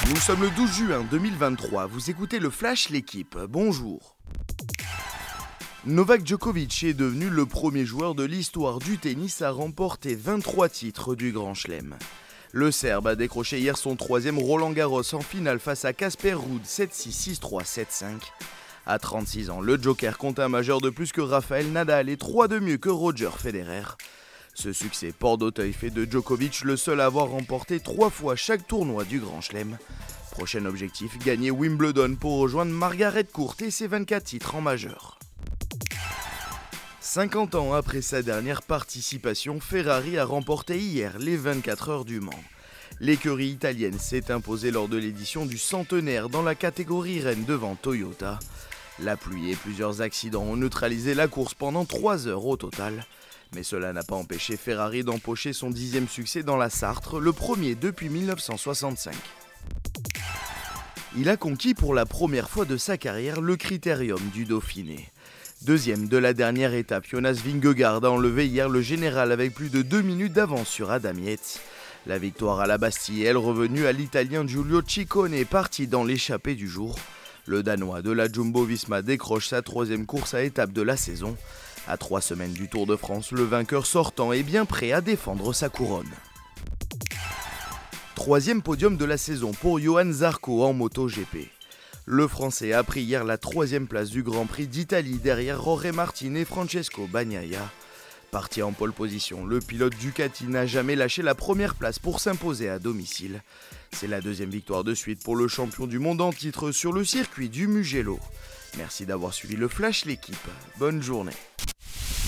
Nous sommes le 12 juin 2023, vous écoutez le Flash L'équipe, bonjour. Novak Djokovic est devenu le premier joueur de l'histoire du tennis à remporter 23 titres du Grand Chelem. Le Serbe a décroché hier son troisième Roland-Garros en finale face à Casper Ruud 7-6, 6-3, 7-5. À 36 ans, le Joker compte un majeur de plus que Rafael Nadal et 3 de mieux que Roger Federer. Ce succès porte d'Auteuil fait de Djokovic le seul à avoir remporté 3 fois chaque tournoi du Grand Chelem. Prochain objectif, gagner Wimbledon pour rejoindre Margaret Court et ses 24 titres en majeur. 50 ans après sa dernière participation, Ferrari a remporté hier les 24 heures du Mans. L'écurie italienne s'est imposée lors de l'édition du centenaire dans la catégorie reine devant Toyota. La pluie et plusieurs accidents ont neutralisé la course pendant 3 heures au total. Mais cela n'a pas empêché Ferrari d'empocher son 10e succès dans la Sarthe, le premier depuis 1965. Il a conquis pour la première fois de sa carrière le Critérium du Dauphiné. Deuxième de la dernière étape, Jonas Vingegaard a enlevé hier le général avec plus de 2 minutes d'avance sur Adam Yates. La victoire à la Bastille est revenue à l'Italien Giulio Ciccone, parti dans l'échappée du jour. Le Danois de la Jumbo-Visma décroche sa 3e course à étape de la saison. À 3 semaines du Tour de France, le vainqueur sortant est bien prêt à défendre sa couronne. 3e podium de la saison pour Johann Zarco en MotoGP. Le Français a pris hier la 3e place du Grand Prix d'Italie derrière Jorge Martin et Francesco Bagnaia. Parti en pole position, le pilote Ducati n'a jamais lâché la première place pour s'imposer à domicile. C'est la 2e victoire de suite pour le champion du monde en titre sur le circuit du Mugello. Merci d'avoir suivi le Flash L'équipe. Bonne journée.